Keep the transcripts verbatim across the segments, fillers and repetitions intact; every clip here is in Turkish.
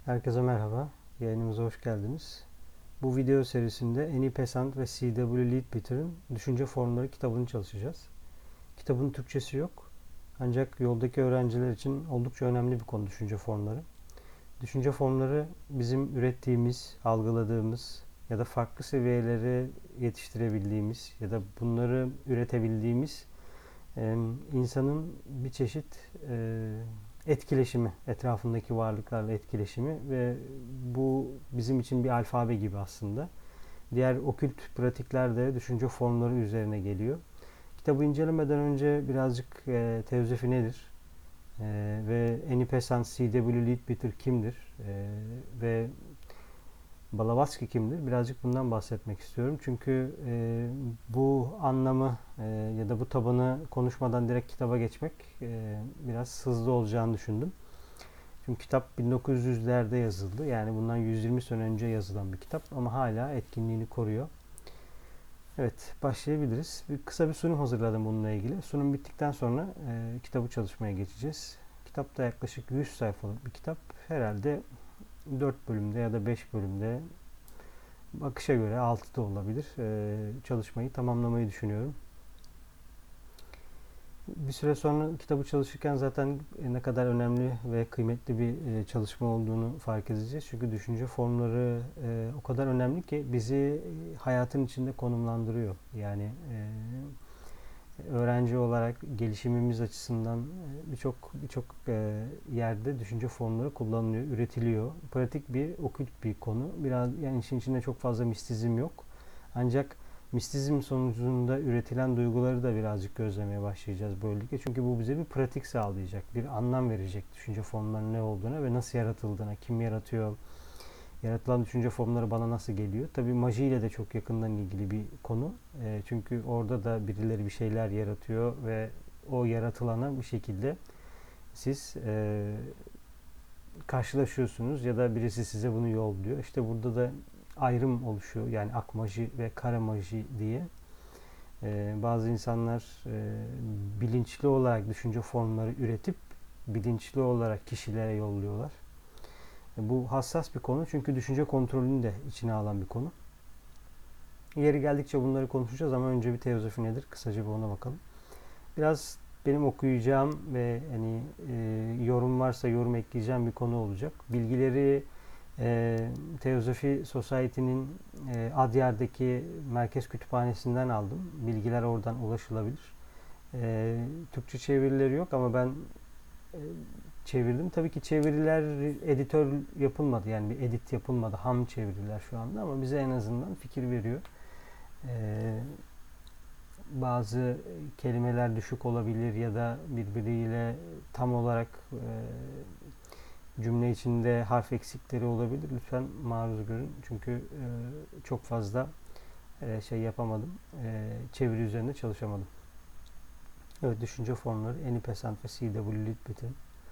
Herkese merhaba, yayınımıza hoş geldiniz. Bu video serisinde Annie Besant ve C W. Leadbeater'ın Düşünce Formları kitabını çalışacağız. Kitabın Türkçesi yok, ancak yoldaki öğrenciler için oldukça önemli bir konu düşünce formları. Düşünce formları bizim ürettiğimiz, algıladığımız ya da farklı seviyelere yetiştirebildiğimiz ya da bunları üretebildiğimiz e, insanın bir çeşit e, etkileşimi, etrafındaki varlıklarla etkileşimi ve bu bizim için bir alfabe gibi aslında. Diğer okült pratikler de düşünce formları üzerine geliyor. Kitabı incelemeden önce birazcık e, teozofi nedir? E, ve Annie Besant, C W. Leadbeater kimdir? E, ve Blavatsky kimdir? Birazcık bundan bahsetmek istiyorum. Çünkü e, bu anlamı e, ya da bu tabanı konuşmadan direkt kitaba geçmek e, biraz hızlı olacağını düşündüm. Çünkü kitap bin dokuz yüzlerde yazıldı. Yani bundan yüz yirmi sene önce yazılan bir kitap ama hala etkinliğini koruyor. Evet, başlayabiliriz. Bir, kısa bir sunum hazırladım bununla ilgili. Sunum bittikten sonra e, kitabı çalışmaya geçeceğiz. Kitap da yaklaşık yüz sayfalık bir kitap. Herhalde dört bölümde ya da beş bölümde, akışa göre altı da olabilir, e, çalışmayı tamamlamayı düşünüyorum. Bir süre sonra kitabı çalışırken zaten ne kadar önemli ve kıymetli bir e, çalışma olduğunu fark edeceğiz. Çünkü düşünce formları e, o kadar önemli ki bizi hayatın içinde konumlandırıyor. Yani e, öğrenci olarak gelişimimiz açısından e, birçok birçok e, yerde düşünce formları kullanılıyor, üretiliyor. Pratik bir, okült bir konu. Biraz yani işin içinde çok fazla mistizm yok. Ancak mistizm sonucunda üretilen duyguları da birazcık gözlemeye başlayacağız böylelikle. Çünkü bu bize bir pratik sağlayacak, bir anlam verecek düşünce formlarının ne olduğuna ve nasıl yaratıldığına, kim yaratıyor, yaratılan düşünce formları bana nasıl geliyor. Tabii maji ile de çok yakından ilgili bir konu. E, çünkü orada da birileri bir şeyler yaratıyor ve o yaratılana bir şekilde siz e, karşılaşıyorsunuz ya da birisi size bunu yolluyor. İşte burada da ayrım oluşuyor. Yani ak maji ve kara maji diye. Ee, bazı insanlar e, bilinçli olarak düşünce formları üretip bilinçli olarak kişilere yolluyorlar. E, bu hassas bir konu çünkü düşünce kontrolünü de içine alan bir konu. Yeri geldikçe bunları konuşacağız ama önce bir teozofi nedir? Kısaca bir ona bakalım. Biraz benim okuyacağım ve hani e, yorum varsa yorum ekleyeceğim bir konu olacak. Bilgileri e, Teozofi Society'nin e, Adyar'daki merkez kütüphanesinden aldım. Bilgiler oradan ulaşılabilir. E, Türkçe çevirileri yok ama ben e, çevirdim. Tabii ki çeviriler editör yapılmadı. Yani bir edit yapılmadı. Ham çeviriler şu anda ama bize en azından fikir veriyor. E, Bazı kelimeler düşük olabilir ya da birbiriyle tam olarak e, cümle içinde harf eksikleri olabilir. Lütfen maruz görün. Çünkü e, çok fazla e, şey yapamadım. E, çeviri üzerinde çalışamadım. Evet, düşünce formları Annie Besant ve C W. Leadbeater.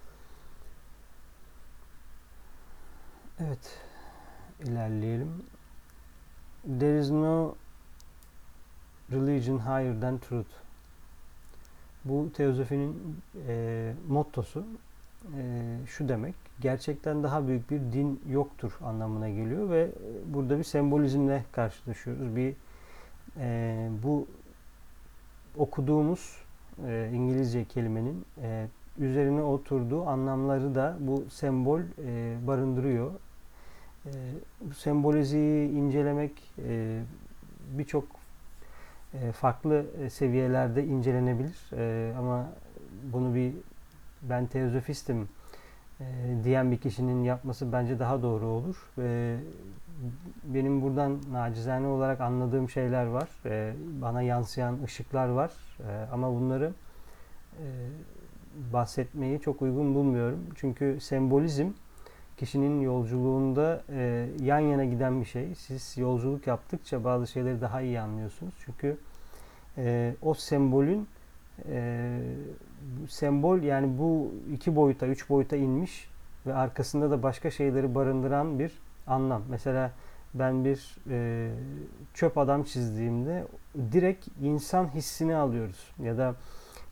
Evet, ilerleyelim. There is no religion higher than truth. Bu teozofinin e, mottosu e, şu demek: gerçekten daha büyük bir din yoktur anlamına geliyor ve burada bir sembolizmle karşılaşıyoruz. Bir e, bu okuduğumuz e, İngilizce kelimenin e, üzerine oturduğu anlamları da bu sembol e, barındırıyor. E, Bu semboliziyi incelemek e, birçok e, farklı e, seviyelerde incelenebilir. E, ama bunu bir ben teozofistim e, diyen bir kişinin yapması bence daha doğru olur. E, benim buradan nacizane olarak anladığım şeyler var. E, bana yansıyan ışıklar var. E, ama bunları e, bahsetmeyi çok uygun bulmuyorum. Çünkü sembolizm kişinin yolculuğunda e, yan yana giden bir şey. Siz yolculuk yaptıkça bazı şeyleri daha iyi anlıyorsunuz. Çünkü e, o sembolün e, sembol yani bu iki boyuta, üç boyuta inmiş ve arkasında da başka şeyleri barındıran bir anlam. Mesela ben bir e, çöp adam çizdiğimde direkt insan hissini alıyoruz. Ya da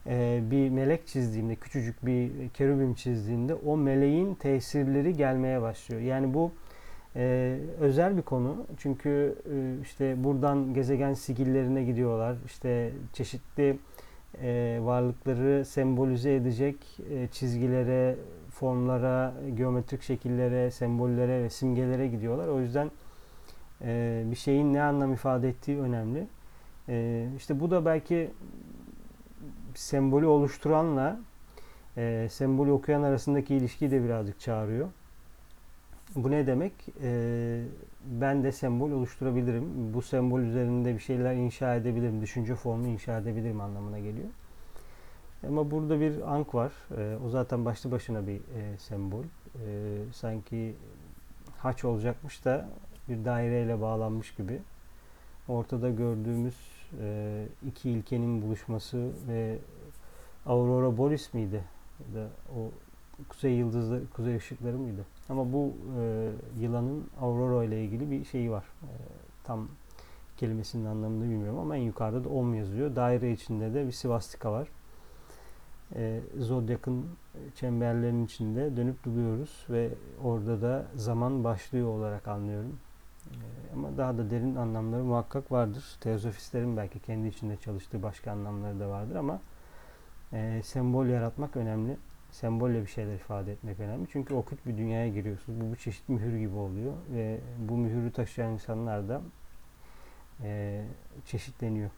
e, bir melek çizdiğimde, küçücük bir kerubim çizdiğimde o meleğin tesirleri gelmeye başlıyor. Yani bu e, özel bir konu. Çünkü e, işte buradan gezegen sigillerine gidiyorlar. İşte çeşitli e, varlıkları sembolize edecek e, çizgilere, formlara, geometrik şekillere, sembollere ve simgelere gidiyorlar. O yüzden e, bir şeyin ne anlam ifade ettiği önemli. E, işte bu da belki sembolü oluşturanla e, sembolü okuyan arasındaki ilişkiyi de birazcık çağırıyor. Bu ne demek? E, ben de sembol oluşturabilirim. Bu sembol üzerinde bir şeyler inşa edebilirim. Düşünce formu inşa edebilirim anlamına geliyor. Ama burada bir ank var. E, o zaten başlı başına bir e, sembol. E, sanki haç olacakmış da bir daireyle bağlanmış gibi. Ortada gördüğümüz e, iki ilkenin buluşması ve Aurora Borealis miydi? Ya da o kuzey yıldızları, kuzey ışıkları mıydı? Ama bu e, yılanın Aurora ile ilgili bir şeyi var. E, tam kelimesinin anlamını bilmiyorum ama en yukarıda da Om yazıyor. Daire içinde de bir svastika var. E, Zodyak'ın çemberlerinin içinde dönüp duruyoruz ve orada da zaman başlıyor olarak anlıyorum. E, ama daha da derin anlamları muhakkak vardır. Teozofistlerin belki kendi içinde çalıştığı başka anlamları da vardır ama e, sembol yaratmak önemli. Sembolle bir şeyler ifade etmek önemli. Çünkü okült bir dünyaya giriyorsunuz. Bu bir çeşit mühür gibi oluyor ve bu mühürü taşıyan insanlar da e, çeşitleniyor.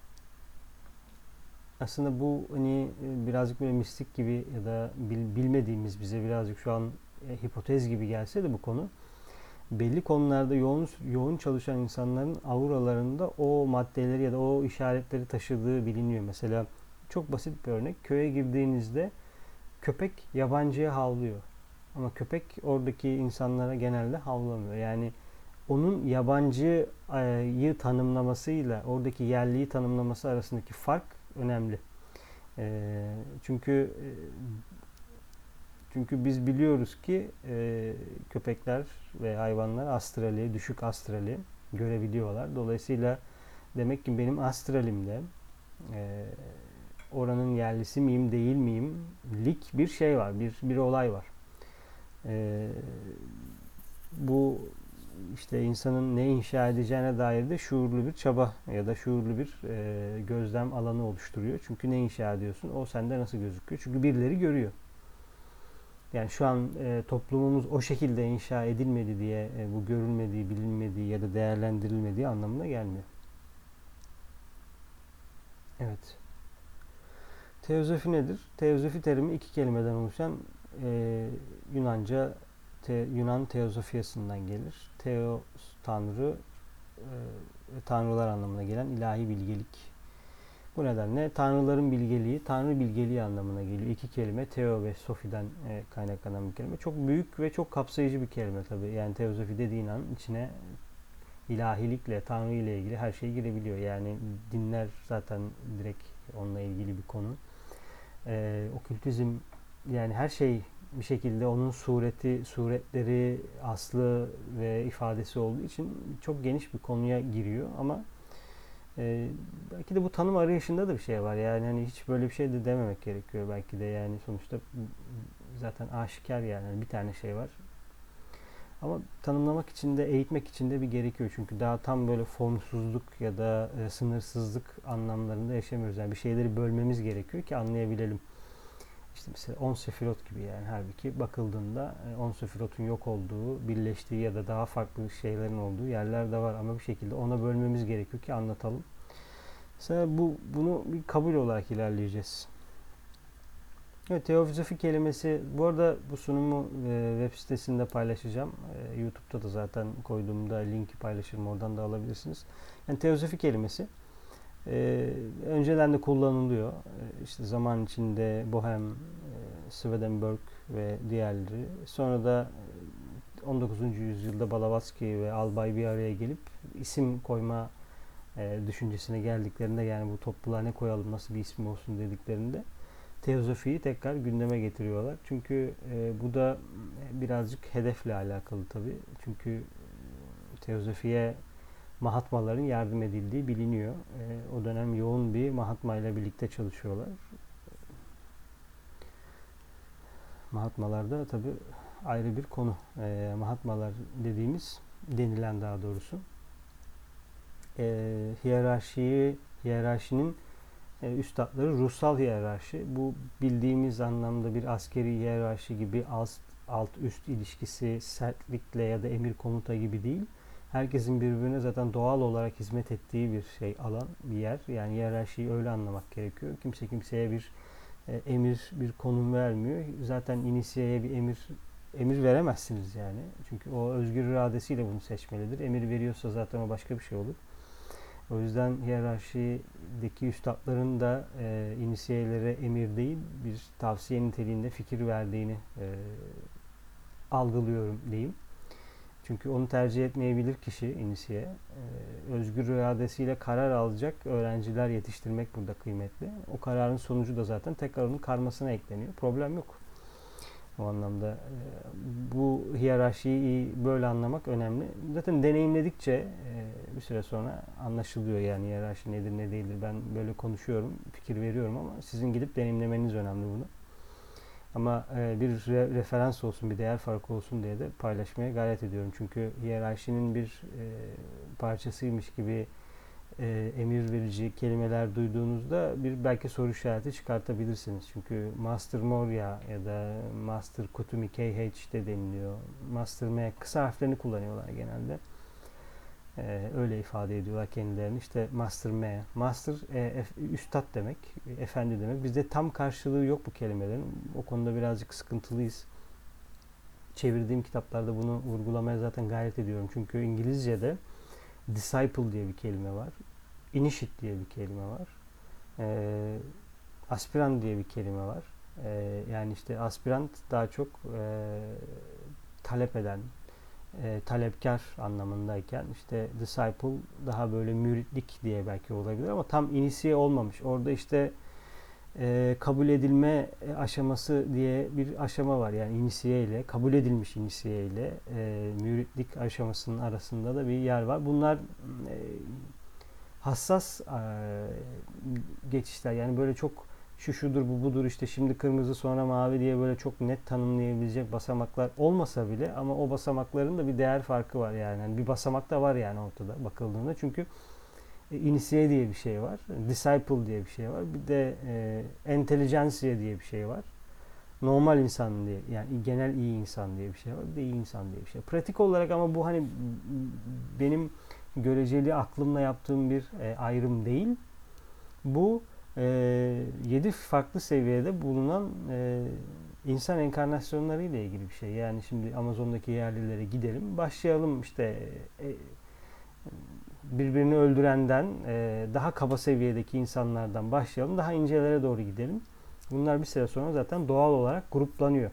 Aslında bu hani birazcık böyle mistik gibi ya da bil, bilmediğimiz bize birazcık şu an e, hipotez gibi gelse de bu konu belli konularda yoğun yoğun çalışan insanların auralarında o maddeleri ya da o işaretleri taşıdığı biliniyor. Mesela çok basit bir örnek. Köye girdiğinizde köpek yabancıya havlıyor. Ama köpek oradaki insanlara genelde havlamıyor. Yani onun yabancıyı tanımlamasıyla oradaki yerliyi tanımlaması arasındaki fark önemli. E, çünkü çünkü biz biliyoruz ki e, köpekler ve hayvanlar astrali, düşük astrali görebiliyorlar. Dolayısıyla demek ki benim astralimde e, oranın yerlisi miyim değil miyim lik bir şey var, bir bir olay var. E, bu işte insanın ne inşa edeceğine dair de şuurlu bir çaba ya da şuurlu bir e, gözlem alanı oluşturuyor. Çünkü ne inşa ediyorsun? O sende nasıl gözüküyor? Çünkü birileri görüyor. Yani şu an e, toplumumuz o şekilde inşa edilmedi diye e, bu görülmediği, bilinmediği ya da değerlendirilmediği anlamına gelmiyor. Evet. Teozofi nedir? Teozofi terimi iki kelimeden oluşan e, Yunanca te, Yunan teozofiyasından gelir. Teos tanrı, e, tanrılar anlamına gelen ilahi bilgelik. Bu nedenle tanrıların bilgeliği, tanrı bilgeliği anlamına geliyor. İki kelime teo ve sofiden e, kaynaklanan bir kelime. Çok büyük ve çok kapsayıcı bir kelime tabii. Yani teozofi dediğin an içine ilahilikle, tanrı ile ilgili her şey girebiliyor. Yani dinler zaten direkt onunla ilgili bir konu. E, okültizm yani her şey bir şekilde onun sureti, suretleri, aslı ve ifadesi olduğu için çok geniş bir konuya giriyor ama Ee, belki de bu tanım arayışında da bir şey var. Yani hani hiç böyle bir şey de dememek gerekiyor belki de yani sonuçta zaten aşikar yani hani bir tane şey var. Ama tanımlamak için de eğitmek için de bir gerekiyor. Çünkü daha tam böyle formsuzluk ya da e, sınırsızlık anlamlarında yaşamıyoruz. Yani bir şeyleri bölmemiz gerekiyor ki anlayabilelim. İşte mesela on sefirot gibi yani halbuki bakıldığında on sefirotun yok olduğu, birleştiği ya da daha farklı şeylerin olduğu yerler de var ama bir şekilde ona bölmemiz gerekiyor ki anlatalım. Mesela bu bunu bir kabul olarak ilerleyeceğiz. Evet, teozofi kelimesi bu arada bu sunumu e, web sitesinde paylaşacağım. E, YouTube'da da zaten koyduğumda linki paylaşırım. Oradan da alabilirsiniz. Yani teozofi kelimesi e, önceden de kullanılıyor. E, işte zaman içinde Bohem, e, Swedenborg ve diğerleri. Sonra da on dokuzuncu yüzyılda Blavatsky ve Albay bir araya gelip isim koyma e, düşüncesine geldiklerinde yani bu topluluğa ne koyalım, nasıl bir isim olsun dediklerinde teozofiyi tekrar gündeme getiriyorlar. Çünkü e, bu da birazcık hedefle alakalı tabii. Çünkü e, teozofiye Mahatmaların yardım edildiği biliniyor. E, o dönem yoğun bir Mahatma ile birlikte çalışıyorlar. Mahatmalar da tabii ayrı bir konu. E, Mahatmalar dediğimiz, denilen daha doğrusu, e, hiyerarşiyi, hiyerarşinin e, üstadları, ruhsal hiyerarşi. Bu bildiğimiz anlamda bir askeri hiyerarşi gibi alt, alt üst ilişkisi, sertlikle ya da emir komuta gibi değil. Herkesin birbirine zaten doğal olarak hizmet ettiği bir şey, alan, bir yer. Yani hiyerarşiyi öyle anlamak gerekiyor. Kimse kimseye bir e, emir, bir konum vermiyor. Zaten inisiyeye bir emir emir veremezsiniz yani. Çünkü o özgür iradesiyle bunu seçmelidir. Emir veriyorsa zaten o başka bir şey olur. O yüzden hiyerarşideki üstadların da e, inisiyelere emir değil, bir tavsiye niteliğinde fikir verdiğini e, algılıyorum diyeyim. Çünkü onu tercih etmeyebilir kişi inisiye. Ee, özgür iradesiyle karar alacak öğrenciler yetiştirmek burada kıymetli. O kararın sonucu da zaten tekrar onun karmasına ekleniyor. Problem yok. O anlamda e, bu hiyerarşiyi iyi böyle anlamak önemli. Zaten deneyimledikçe e, bir süre sonra anlaşılıyor yani hiyerarşi nedir ne değildir. Ben böyle konuşuyorum, fikir veriyorum ama sizin gidip deneyimlemeniz önemli bunu. Ama e, bir re- referans olsun, bir değer farkı olsun diye de paylaşmaya gayret ediyorum. Çünkü hiyerarşinin bir e, parçasıymış gibi e, emir verici kelimeler duyduğunuzda bir belki soru işareti çıkartabilirsiniz. Çünkü Master Moria ya da Master Kutumi K H de deniliyor. Master M kısa harflerini kullanıyorlar genelde. Ee, öyle ifade ediyorlar kendilerini. İşte Master M. Master e, üstad demek, efendi demek. Bizde tam karşılığı yok bu kelimelerin. O konuda birazcık sıkıntılıyız. Çevirdiğim kitaplarda bunu vurgulamaya zaten gayret ediyorum. Çünkü İngilizce'de disciple diye bir kelime var. Initiate diye bir kelime var. Ee, aspirant diye bir kelime var. Ee, yani işte aspirant daha çok e, talep eden, e, talepkar anlamındayken işte disciple daha böyle müritlik diye belki olabilir ama tam inisiye olmamış. Orada işte e, kabul edilme aşaması diye bir aşama var. Yani inisiye ile kabul edilmiş inisiye ile e, müritlik aşamasının arasında da bir yer var. Bunlar e, hassas e, geçişler. Yani böyle çok şu şudur bu budur işte şimdi kırmızı sonra mavi diye böyle çok net tanımlayabilecek basamaklar olmasa bile ama o basamakların da bir değer farkı var yani. Yani bir basamak da var yani ortada bakıldığında. Çünkü e, inisiye diye bir şey var. Disciple diye bir şey var. Bir de e, intelligentsia diye bir şey var. Normal insan diye yani genel iyi insan diye bir şey var. Bir de iyi insan diye bir şey. Pratik olarak ama bu hani benim göreceli aklımla yaptığım bir e, ayrım değil. Bu e, yedi farklı seviyede bulunan e, insan enkarnasyonları ile ilgili bir şey. Yani şimdi Amazon'daki yerlilere gidelim. Başlayalım işte e, birbirini öldürenden e, daha kaba seviyedeki insanlardan başlayalım. Daha incelere doğru gidelim. Bunlar bir süre sonra zaten doğal olarak gruplanıyor.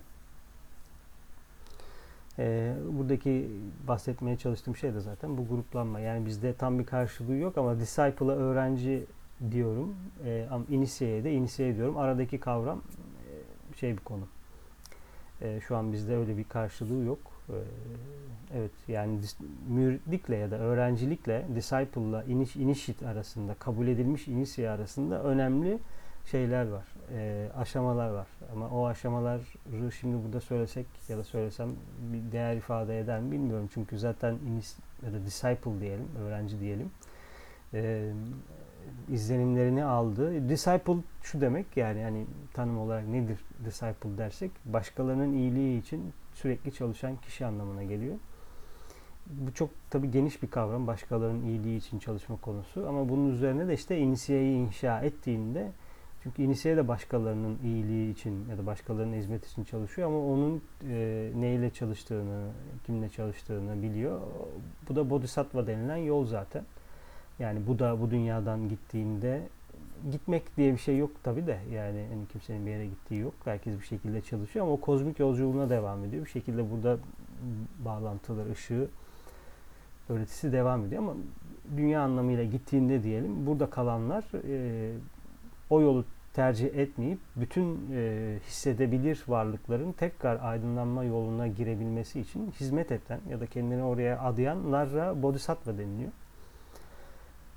E, buradaki bahsetmeye çalıştığım şey de zaten bu gruplanma. Yani bizde tam bir karşılığı yok ama disciple'a öğrenci diyorum. E, inisiyeye de inisiye diyorum. Aradaki kavram e, şey bir konu. E, şu an bizde öyle bir karşılığı yok. E, evet yani müritlikle ya da öğrencilikle disciple'la initiate arasında kabul edilmiş inisiye arasında önemli şeyler var. E, aşamalar var. Ama o aşamaları şimdi burada söylesek ya da söylesem bir değer ifade eder mi bilmiyorum. Çünkü zaten inis ya da disciple diyelim, öğrenci diyelim. E, izlenimlerini aldı. Disciple şu demek yani hani tanım olarak nedir disciple dersek başkalarının iyiliği için sürekli çalışan kişi anlamına geliyor. Bu çok tabii geniş bir kavram başkalarının iyiliği için çalışma konusu ama bunun üzerine de işte inisiyeyi inşa ettiğinde çünkü inisiye de başkalarının iyiliği için ya da başkalarının hizmet için çalışıyor ama onun e, neyle çalıştığını, kimle çalıştığını biliyor. Bu da bodhisattva denilen yol zaten. Yani bu da bu dünyadan gittiğinde gitmek diye bir şey yok tabi de yani hani kimsenin bir yere gittiği yok. Herkes bir şekilde çalışıyor ama o kozmik yolculuğuna devam ediyor. Bir şekilde burada bağlantılar, ışığı, öğretisi devam ediyor ama dünya anlamıyla gittiğinde diyelim burada kalanlar e, o yolu tercih etmeyip bütün e, hissedebilir varlıkların tekrar aydınlanma yoluna girebilmesi için hizmet eden ya da kendini oraya adayanlara bodhisattva deniliyor.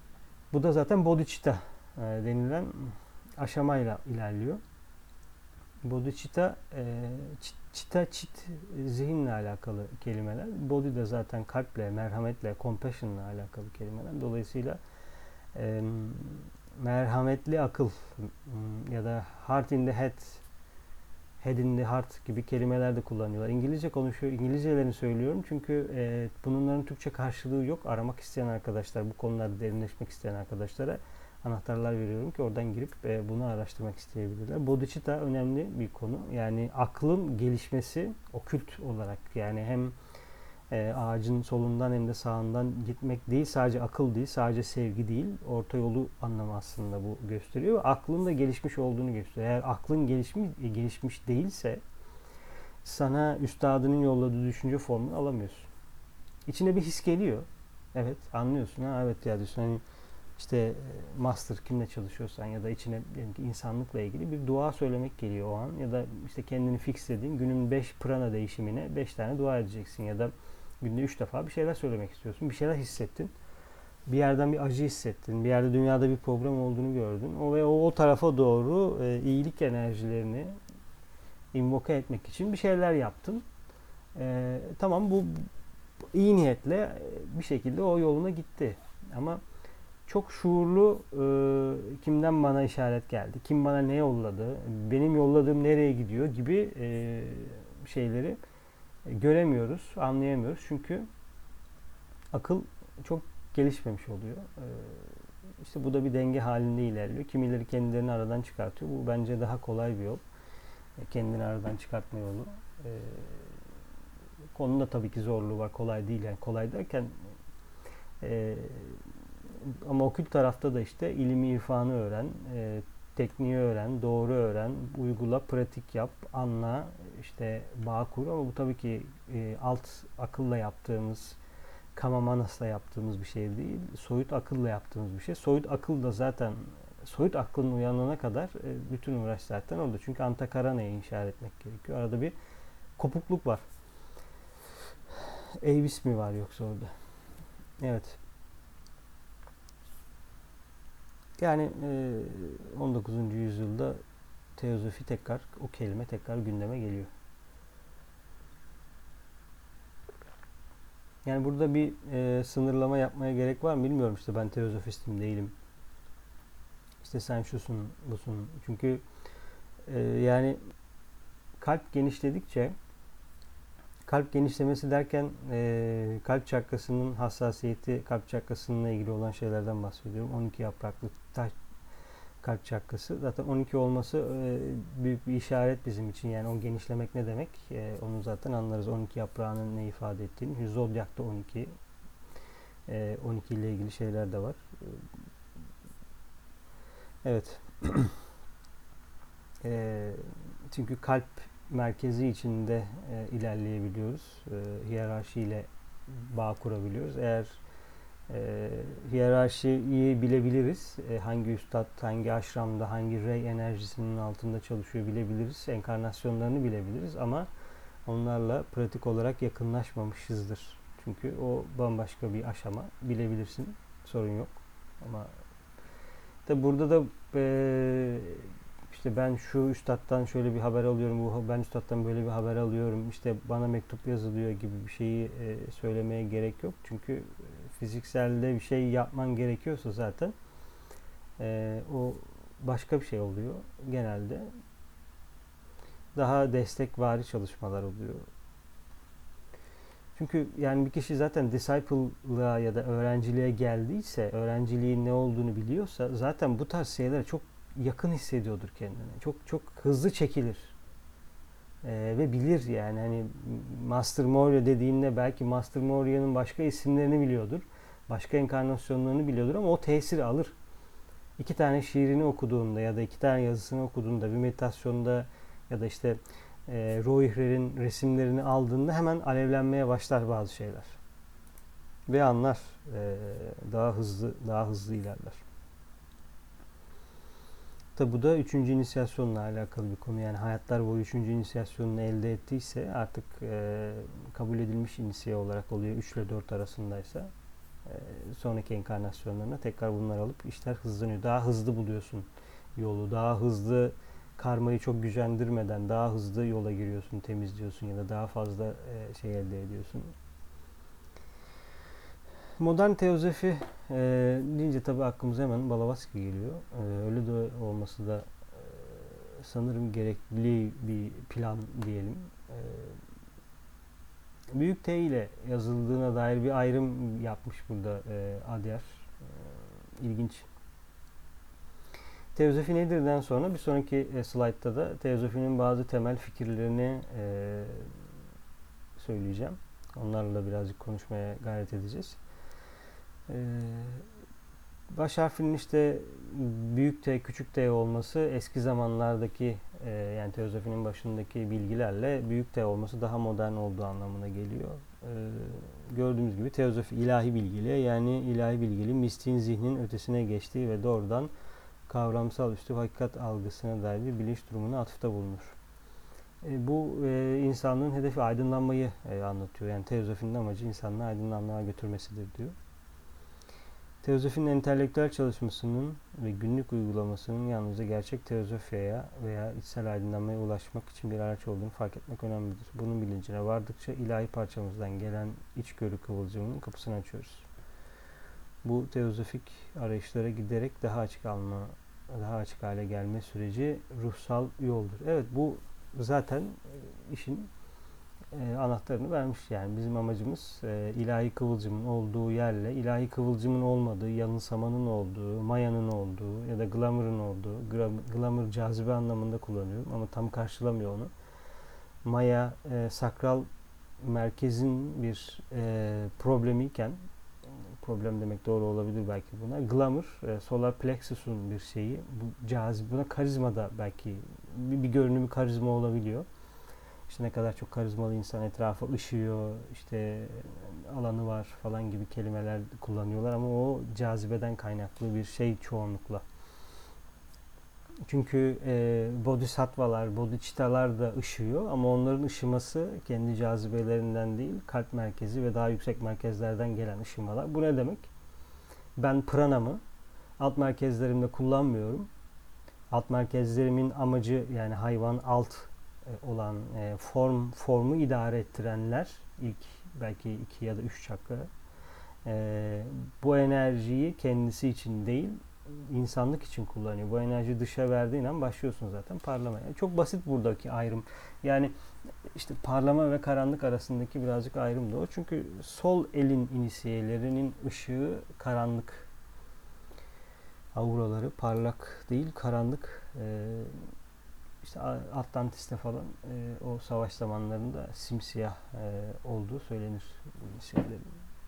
Bu da zaten bodhicitta e, denilen aşamayla ilerliyor. Bodhicitta, e, çita, çit, zihinle alakalı kelimeler. Body de zaten kalple, merhametle, compassion'la alakalı kelimeler. Dolayısıyla e, merhametli akıl ya da heart in the head, head in the heart gibi kelimeler de kullanıyorlar. İngilizce konuşuyor, İngilizcelerini söylüyorum çünkü e, bunların Türkçe karşılığı yok. Aramak isteyen arkadaşlar, bu konularda derinleşmek isteyen arkadaşlara anahtarlar veriyorum ki oradan girip e, bunu araştırmak isteyebilirler. Bodhicitta önemli bir konu. Yani aklın gelişmesi okült olarak, yani hem e, ağacın solundan hem de sağından gitmek değil, sadece akıl değil, sadece sevgi değil, orta yolu anlamı aslında bu gösteriyor. Ve aklın da gelişmiş olduğunu gösteriyor. Eğer aklın gelişmiş, gelişmiş değilse sana üstadının yolladığı düşünce formunu alamıyorsun. İçine bir his geliyor. Evet, anlıyorsun. Ha, evet ya diyorsun. Hani işte master kimle çalışıyorsan ya da içine diyelim ki insanlıkla ilgili bir dua söylemek geliyor o an, ya da işte kendini fixlediğin günün beş prana değişimine beş tane dua edeceksin ya da günde üç defa bir şeyler söylemek istiyorsun. Bir şeyler hissettin. Bir yerden bir acı hissettin. Bir yerde dünyada bir problem olduğunu gördün. O ve o, o tarafa doğru e, iyilik enerjilerini invoke etmek için bir şeyler yaptın. E, tamam, bu iyi niyetle bir şekilde o yoluna gitti. Ama çok şuurlu e, kimden bana işaret geldi, kim bana ne yolladı, benim yolladığım nereye gidiyor gibi e, şeyleri göremiyoruz, anlayamıyoruz. Çünkü akıl çok gelişmemiş oluyor. E, işte bu da bir denge halinde ilerliyor. Kimileri kendilerini aradan çıkartıyor. Bu bence daha kolay bir yol. E, kendini aradan çıkartma yolu. E, konunun da tabii ki zorluğu var. Kolay değil. Yani kolay derken e, ama okült tarafta da işte ilimi, irfanı öğren, e, tekniği öğren, doğru öğren, uygula, pratik yap, anla, işte bağ kur. Ama bu tabii ki e, alt akılla yaptığımız, kama manasla yaptığımız bir şey değil. Soyut akılla yaptığımız bir şey. Soyut akıl da zaten, soyut aklın uyanana kadar e, bütün uğraş zaten orada. Çünkü Antakarana'yı inşa etmek gerekiyor. Arada bir kopukluk var. Avis mi var yoksa orada? Evet. Yani e, on dokuzuncu yüzyılda teozofi tekrar, o kelime tekrar gündeme geliyor. Yani burada bir e, sınırlama yapmaya gerek var mı bilmiyorum, işte ben teozofistim değilim. İşte sen şusun, busun. Çünkü e, yani kalp genişledikçe, kalp genişlemesi derken e, kalp çakrasının hassasiyeti, kalp çakrasıyla ilgili olan şeylerden bahsediyorum. on iki yapraklı taş kalp çakrası. Zaten on iki olması e, büyük bir işaret bizim için. Yani o genişlemek ne demek? E, onu zaten anlarız. on iki yaprağının ne ifade ettiğini. Zodyak'ta on iki. E, on iki ile ilgili şeyler de var. Evet. e, çünkü kalp merkezi içinde e, ilerleyebiliyoruz. E, hiyerarşiyle bağ kurabiliyoruz. Eğer e, hiyerarşiyi bilebiliriz. E, hangi üstad, hangi aşramda, hangi rey enerjisinin altında çalışıyor bilebiliriz. Enkarnasyonlarını bilebiliriz ama onlarla pratik olarak yakınlaşmamışızdır. Çünkü o bambaşka bir aşama. Bilebilirsin. Sorun yok. Ama de burada da e, işte ben şu üstattan şöyle bir haber alıyorum, bu ben üstattan böyle bir haber alıyorum, işte bana mektup yazılıyor gibi bir şeyi e, söylemeye gerek yok. Çünkü fizikselde bir şey yapman gerekiyorsa zaten e, o başka bir şey oluyor. Genelde daha destekvari çalışmalar oluyor. Çünkü yani bir kişi zaten disciple'lığa ya da öğrenciliğe geldiyse, öğrenciliğin ne olduğunu biliyorsa zaten bu tarz şeylere çok yakın hissediyordur kendini. Çok çok hızlı çekilir. Ee, ve bilir yani, hani Master Moria dediğinde belki Master Moria'nın başka isimlerini biliyordur. Başka enkarnasyonlarını biliyordur ama o tesiri alır. İki tane şiirini okuduğunda ya da iki tane yazısını okuduğunda, bir meditasyonda ya da işte e, Roihrer'in resimlerini aldığında hemen alevlenmeye başlar bazı şeyler. Ve anlar. E, daha hızlı daha hızlı ilerler. Tabi bu da üçüncü inisiyasyonla alakalı bir konu. Yani hayatlar boyu üçüncü inisiyasyonunu elde ettiyse artık e, kabul edilmiş inisiye olarak oluyor. üç ile dört arasındaysa e, sonraki enkarnasyonlarına tekrar bunları alıp işler hızlanıyor. Daha hızlı buluyorsun yolu. Daha hızlı karmayı çok gücendirmeden daha hızlı yola giriyorsun, temizliyorsun ya da daha fazla e, şey elde ediyorsun. Modern teozofi e, deyince tabii aklımıza hemen Blavatsky geliyor. E, öyle de olması da e, sanırım gerekli bir plan diyelim. E, büyük T ile yazıldığına dair bir ayrım yapmış burada e, Adyar. E, ilginç. Teozofi nedirden sonra bir sonraki e, slaytta da teozofinin bazı temel fikirlerini e, söyleyeceğim. Onlarla birazcık konuşmaya gayret edeceğiz. E, baş harfinin işte büyük T, küçük T olması eski zamanlardaki e, yani teozofinin başındaki bilgilerle büyük T olması daha modern olduğu anlamına geliyor. E, gördüğümüz gibi teozofi ilahi bilgiliğe yani ilahi bilgiliğin mistiğin zihnin ötesine geçtiği ve doğrudan kavramsal üstü hakikat algısına dair bir bilinç durumuna atıfta bulunur. E, bu e, insanlığın hedefi aydınlanmayı e, anlatıyor. Yani teozofinin amacı insanlığı aydınlanmaya götürmesidir diyor. Teozofinin entelektüel çalışmasının ve günlük uygulamasının yalnızca gerçek teozofyaya veya içsel aydınlanmaya ulaşmak için bir araç olduğunu fark etmek önemlidir. Bunun bilincine vardıkça ilahi parçamızdan gelen içgörü kıvılcımının kapısını açıyoruz. Bu teozofik arayışlara giderek daha açık alma, daha açık hale gelme süreci ruhsal yoldur. Evet, bu zaten işin e, anahtarını vermiş. Yani bizim amacımız e, ilahi kıvılcımın olduğu yerle ilahi kıvılcımın olmadığı, yanılsamanın olduğu, mayanın olduğu ya da glamour'ın olduğu, glamour cazibe anlamında kullanıyorum ama tam karşılamıyor onu. Maya e, sakral merkezin bir e, problemiyken, problem demek doğru olabilir belki buna. Glamour, e, solar plexus'un bir şeyi. Bu cazibe, buna karizma da belki bir, bir görünümü karizma olabiliyor. İşte ne kadar çok karizmalı insan etrafa ışıyor, işte alanı var falan gibi kelimeler kullanıyorlar ama o cazibeden kaynaklı bir şey çoğunlukla. Çünkü e, bodhisattvalar, bodhicittalar da ışıyor ama onların ışıması kendi cazibelerinden değil, kalp merkezi ve daha yüksek merkezlerden gelen ışımalar. Bu ne demek? Ben pranamı alt merkezlerimde kullanmıyorum. Alt merkezlerimin amacı yani hayvan alt olan e, form formu idare ettirenler ilk belki iki ya da üç çakra e, bu enerjiyi kendisi için değil insanlık için kullanıyor. Bu enerjiyi dışa verdiğin an başlıyorsun zaten parlamaya. Yani çok basit buradaki ayrım. Yani işte parlama ve karanlık arasındaki birazcık ayrım da o. Çünkü sol elin inisiyelerinin ışığı karanlık. Auraları parlak değil, karanlık. Ee, işte Atlantis'te falan e, o savaş zamanlarında simsiyah e, olduğu söylenir şeylerin.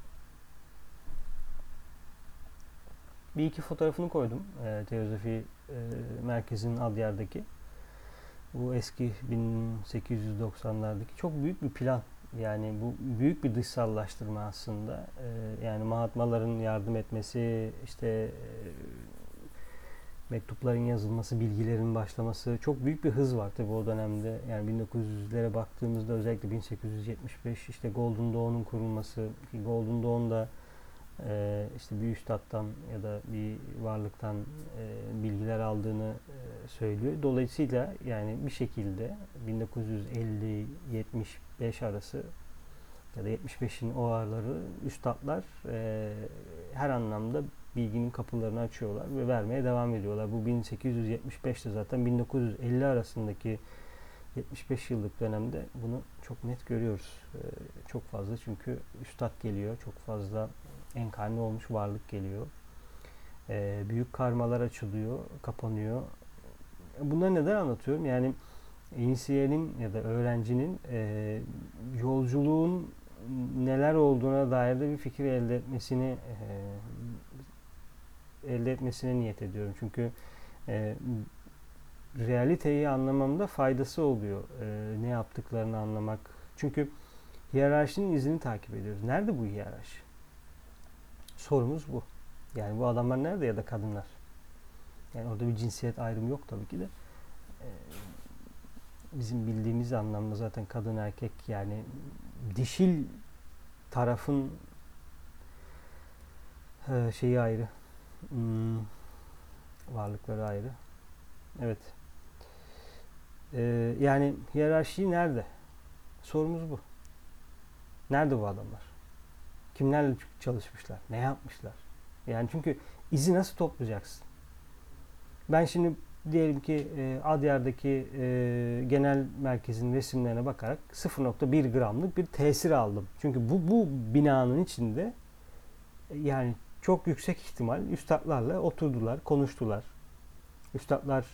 Bir iki fotoğrafını koydum e, Teozofi e, merkezinin Adyar'daki. Bu eski bin sekiz yüz doksanlardaki çok büyük bir plan. Yani bu büyük bir dışsallaştırma aslında. E, yani Mahatmaların yardım etmesi, işte e, mektupların yazılması, bilgilerin başlaması çok büyük bir hız var tabii o dönemde. Yani bin dokuz yüzlere baktığımızda özellikle bin sekiz yüz yetmiş beş işte Golden Dawn'un kurulması ki Golden Dawn'da e, işte bir üstattan ya da bir varlıktan e, bilgiler aldığını e, söylüyor. Dolayısıyla yani bir şekilde bin dokuz yüz elli yetmiş beş arası ya da yetmiş beşin o araları üstatlar e, her anlamda bilginin kapılarını açıyorlar ve vermeye devam ediyorlar. Bu bin sekiz yüz yetmiş beşte zaten bin dokuz yüz elli arasındaki yetmiş beş yıllık dönemde bunu çok net görüyoruz. Ee, çok fazla çünkü üstad geliyor. Çok fazla enkarne olmuş varlık geliyor. Ee, büyük karmalar açılıyor, kapanıyor. Bunları neden anlatıyorum? Yani inisiyenin ya da öğrencinin e, yolculuğun neler olduğuna dair de bir fikir elde etmesini e, elde etmesine niyet ediyorum. Çünkü e, realiteyi anlamamda faydası oluyor. E, ne yaptıklarını anlamak. Çünkü hiyerarşinin izini takip ediyoruz. Nerede bu hiyerarşi? Sorumuz bu. Yani bu adamlar nerede ya da kadınlar? Yani orada bir cinsiyet ayrımı yok tabii ki de. E, bizim bildiğimiz anlamda zaten kadın erkek yani dişil tarafın e, şeyi ayrı. Hmm, varlıkları ayrı. Evet. Ee, yani hiyerarşi nerede? Sorumuz bu. Nerede bu adamlar? Kimlerle çalışmışlar? Ne yapmışlar? Yani çünkü izi nasıl toplayacaksın? Ben şimdi diyelim ki e, Adyar'daki e, genel merkezin resimlerine bakarak sıfır nokta bir gramlık bir tesir aldım. Çünkü bu, bu binanın içinde e, yani çok yüksek ihtimal üstadlarla oturdular, konuştular. Üstadlar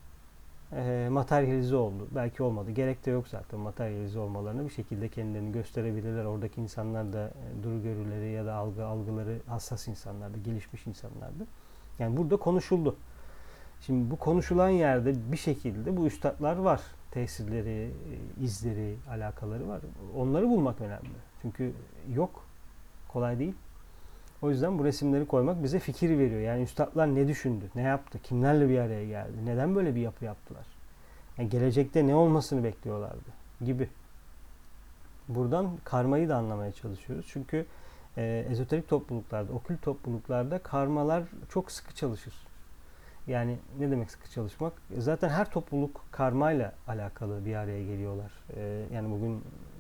e, materyalize oldu. Belki olmadı. Gerek de yok zaten materyalize olmalarına. Bir şekilde kendilerini gösterebilirler. Oradaki insanlar da e, duru görüleri ya da algı algıları hassas insanlardı, gelişmiş insanlardı. Yani burada konuşuldu. Şimdi bu konuşulan yerde bir şekilde bu üstadlar var. Tesirleri, izleri, alakaları var. Onları bulmak önemli. Çünkü yok. Kolay değil. O yüzden bu resimleri koymak bize fikir veriyor. Yani üstadlar ne düşündü, ne yaptı, kimlerle bir araya geldi, neden böyle bir yapı yaptılar? Yani gelecekte ne olmasını bekliyorlardı gibi. Buradan karmayı da anlamaya çalışıyoruz. Çünkü e, ezoterik topluluklarda, okült topluluklarda karmalar çok sıkı çalışır. Yani ne demek sıkı çalışmak? Zaten her topluluk karmayla alakalı bir araya geliyorlar. Ee, yani bugün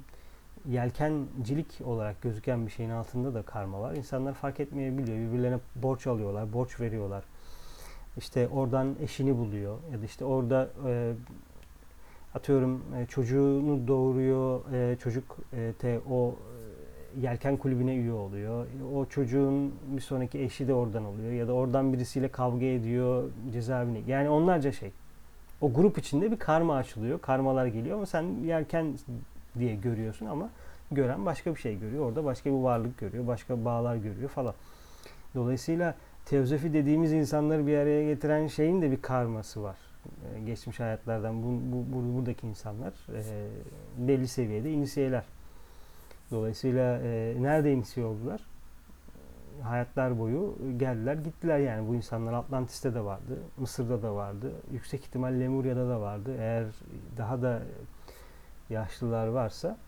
yelkencilik olarak gözüken bir şeyin altında da karma var. İnsanlar fark etmeyebiliyor. Birbirlerine borç alıyorlar, borç veriyorlar. İşte oradan eşini buluyor. Ya da işte orada e, atıyorum e, çocuğunu doğuruyor. E, çocuk e, te, o yelken kulübüne üye oluyor. O çocuğun bir sonraki eşi de oradan oluyor. Ya da oradan birisiyle kavga ediyor, cezaevine. Yani onlarca şey. O grup içinde bir karma açılıyor. Karmalar geliyor ama sen yelken diye görüyorsun ama gören başka bir şey görüyor. Orada başka bir varlık görüyor. Başka bağlar görüyor falan. Dolayısıyla teozofi dediğimiz insanları bir araya getiren şeyin de bir karması var. Geçmiş hayatlardan bu, bu, buradaki insanlar e, belli seviyede inisiyeler. Dolayısıyla e, nerede inisiye oldular? Hayatlar boyu geldiler gittiler yani bu insanlar Atlantis'te de vardı, Mısır'da da vardı, yüksek ihtimal Lemurya'da da vardı. Eğer daha da yaşlılar varsa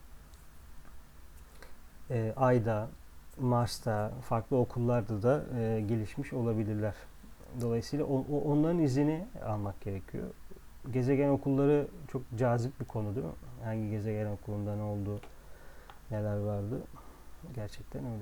e, Ay'da, Mars'ta, farklı okullarda da e, gelişmiş olabilirler. Dolayısıyla o, o, onların izini almak gerekiyor. Gezegen okulları çok cazip bir konu değil mi? Hangi gezegen okulunda ne oldu, neler vardı? Gerçekten öyle.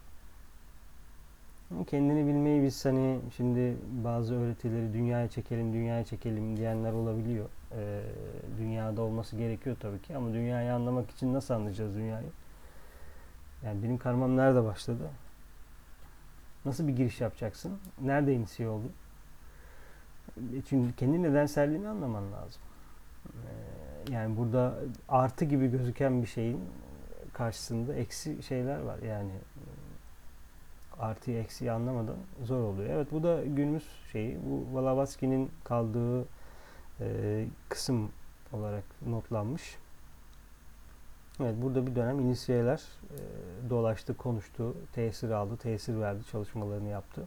Kendini bilmeyi biz hani şimdi bazı öğretileri dünyaya çekelim, dünyaya çekelim diyenler olabiliyor. Ee, dünyada olması gerekiyor tabii ki ama dünyayı anlamak için nasıl anlayacağız dünyayı? Yani benim karmam nerede başladı? Nasıl bir giriş yapacaksın? Nerede inisiye oldun? Çünkü kendi nedenselliğini anlaman lazım. Ee, yani burada artı gibi gözüken bir şeyin karşısında eksi şeyler var. Yani artıyı eksiği anlamadan zor oluyor. Evet bu da günümüz şeyi. Bu Blavatsky'nin kaldığı e, kısım olarak notlanmış. Evet burada bir dönem inisiyeler e, dolaştı, konuştu, tesir aldı, tesir verdi, çalışmalarını yaptı.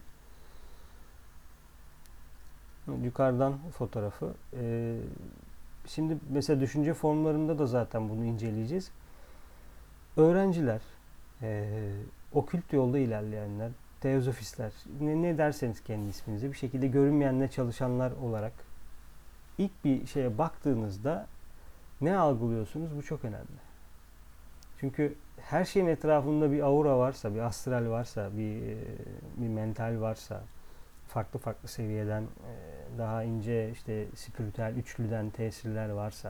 Yukarıdan fotoğrafı. E, şimdi mesela düşünce formlarında da zaten bunu inceleyeceğiz. Öğrenciler, e, okült yolda ilerleyenler, teozofistler, ne, ne derseniz kendi isminize bir şekilde görünmeyenle çalışanlar olarak ilk bir şeye baktığınızda ne algılıyorsunuz? Bu çok önemli. Çünkü her şeyin etrafında bir aura varsa, bir astral varsa, bir, bir mental varsa, farklı farklı seviyeden daha ince işte spiritüel üçlüden tesirler varsa,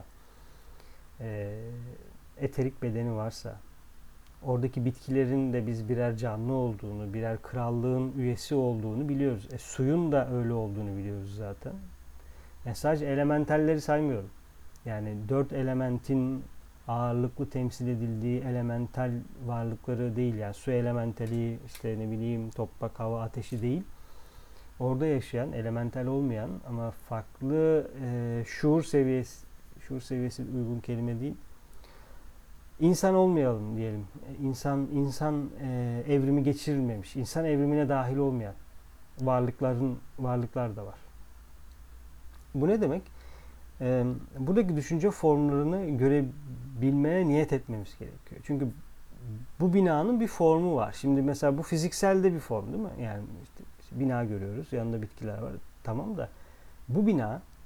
eterik bedeni varsa, oradaki bitkilerin de biz birer canlı olduğunu, birer krallığın üyesi olduğunu biliyoruz. E, suyun da öyle olduğunu biliyoruz zaten. Yani sadece elementalleri saymıyorum. Yani dört elementin ağırlıklı temsil edildiği elemental varlıkları değil. Yani su elementali, işte ne bileyim toprak, hava, ateşi değil. Orada yaşayan, elemental olmayan ama farklı e, şuur seviyesi, şuur seviyesi uygun kelime değil. İnsan olmayalım diyelim. İnsan insan e, evrimi geçirilmemiş, insan evrimine dahil olmayan varlıkların varlıklar da var. Bu ne demek? E, buradaki düşünce formlarını görebilmeye niyet etmemiz gerekiyor. Çünkü bu binanın bir formu var. Şimdi mesela bu fiziksel de bir form değil mi? Yani işte bina görüyoruz, yanında bitkiler var. Tamam da bu bina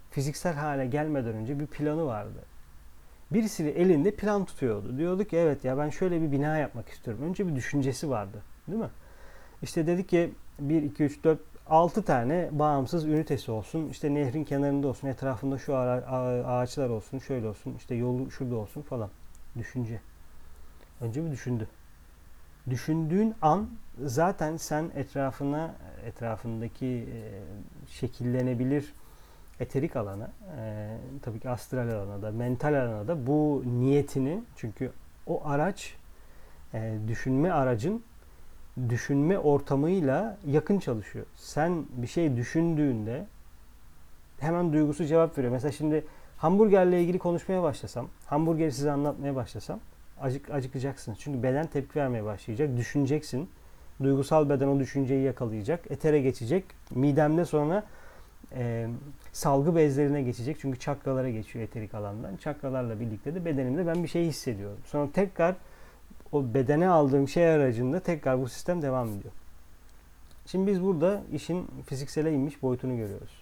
fiziksel hale gelmeden önce bir planı vardı. Birisi elinde plan tutuyordu. Diyordu ki evet ya ben şöyle bir bina yapmak istiyorum. Önce bir düşüncesi vardı. Değil mi? İşte dedik ki bir, iki, üç, dört, altı tane bağımsız ünitesi olsun. İşte nehrin kenarında olsun. Etrafında şu ağaçlar olsun. Şöyle olsun. İşte yolu şurada olsun falan. Düşünce. Önce bir düşündü. Düşündüğün an zaten sen etrafına, etrafındaki şekillenebilir eterik alana, e, tabii ki astral alana da, mental alana da bu niyetini, çünkü o araç e, düşünme aracın düşünme ortamıyla yakın çalışıyor. Sen bir şey düşündüğünde hemen duygusu cevap veriyor. Mesela şimdi hamburgerle ilgili konuşmaya başlasam, hamburgeri size anlatmaya başlasam acık acıkacaksınız. Çünkü beden tepki vermeye başlayacak. Düşüneceksin. Duygusal beden o düşünceyi yakalayacak. Etere geçecek. Midemde sonra e, salgı bezlerine geçecek. Çünkü çakralara geçiyor eterik alandan. Çakralarla birlikte de bedenimde ben bir şey hissediyorum. Sonra tekrar o bedene aldığım şey aracında tekrar bu sistem devam ediyor. Şimdi biz burada işin fiziksele inmiş boyutunu görüyoruz.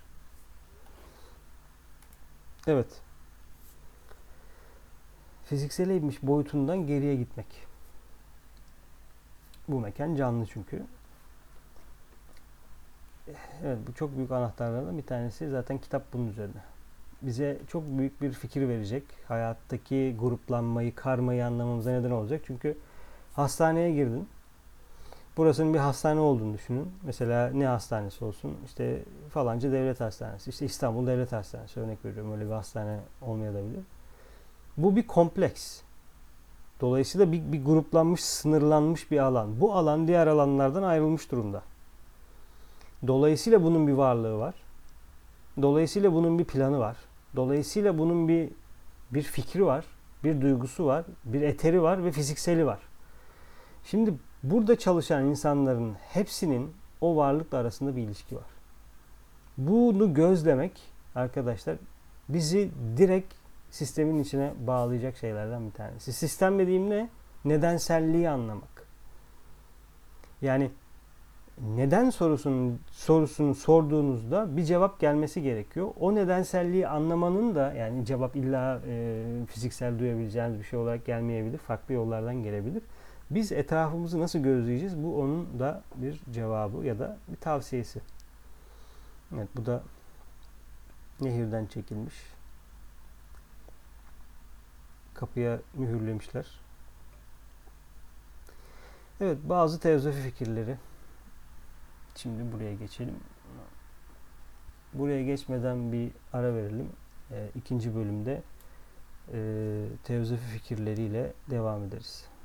Evet. Fiziksele inmiş boyutundan geriye gitmek. Bu mekan canlı çünkü. Evet, bu çok büyük anahtarlardan bir tanesi. Zaten kitap bunun üzerine. Bize çok büyük bir fikir verecek. Hayattaki gruplanmayı, karmayı anlamamıza neden olacak. Çünkü hastaneye girdin. Burasının bir hastane olduğunu düşünün. Mesela ne hastanesi olsun? İşte falanca devlet hastanesi. İşte İstanbul Devlet Hastanesi örnek veriyorum. Öyle bir hastane olmayabilir. Bu bir kompleks. Dolayısıyla bir, bir gruplanmış, sınırlanmış bir alan. Bu alan diğer alanlardan ayrılmış durumda. Dolayısıyla bunun bir varlığı var. Dolayısıyla bunun bir planı var. Dolayısıyla bunun bir bir fikri var, bir duygusu var, bir eteri var ve fizikseli var. Şimdi burada çalışan insanların hepsinin o varlıkla arasında bir ilişki var. Bunu gözlemek arkadaşlar bizi direkt sistemin içine bağlayacak şeylerden bir tanesi. Sistem dediğim ne? Nedenselliği anlamak. Yani neden sorusunun sorusunu sorduğunuzda bir cevap gelmesi gerekiyor. O nedenselliği anlamanın da, yani cevap illa e, fiziksel duyabileceğiniz bir şey olarak gelmeyebilir. Farklı yollardan gelebilir. Biz etrafımızı nasıl gözleyeceğiz? Bu onun da bir cevabı ya da bir tavsiyesi. Evet, bu da nehirden çekilmiş. Kapıya mühürlemişler. Evet, bazı teozofi fikirleri. Şimdi buraya geçelim. Buraya geçmeden bir ara verelim. E, ikinci bölümde e, teozofi fikirleriyle devam ederiz.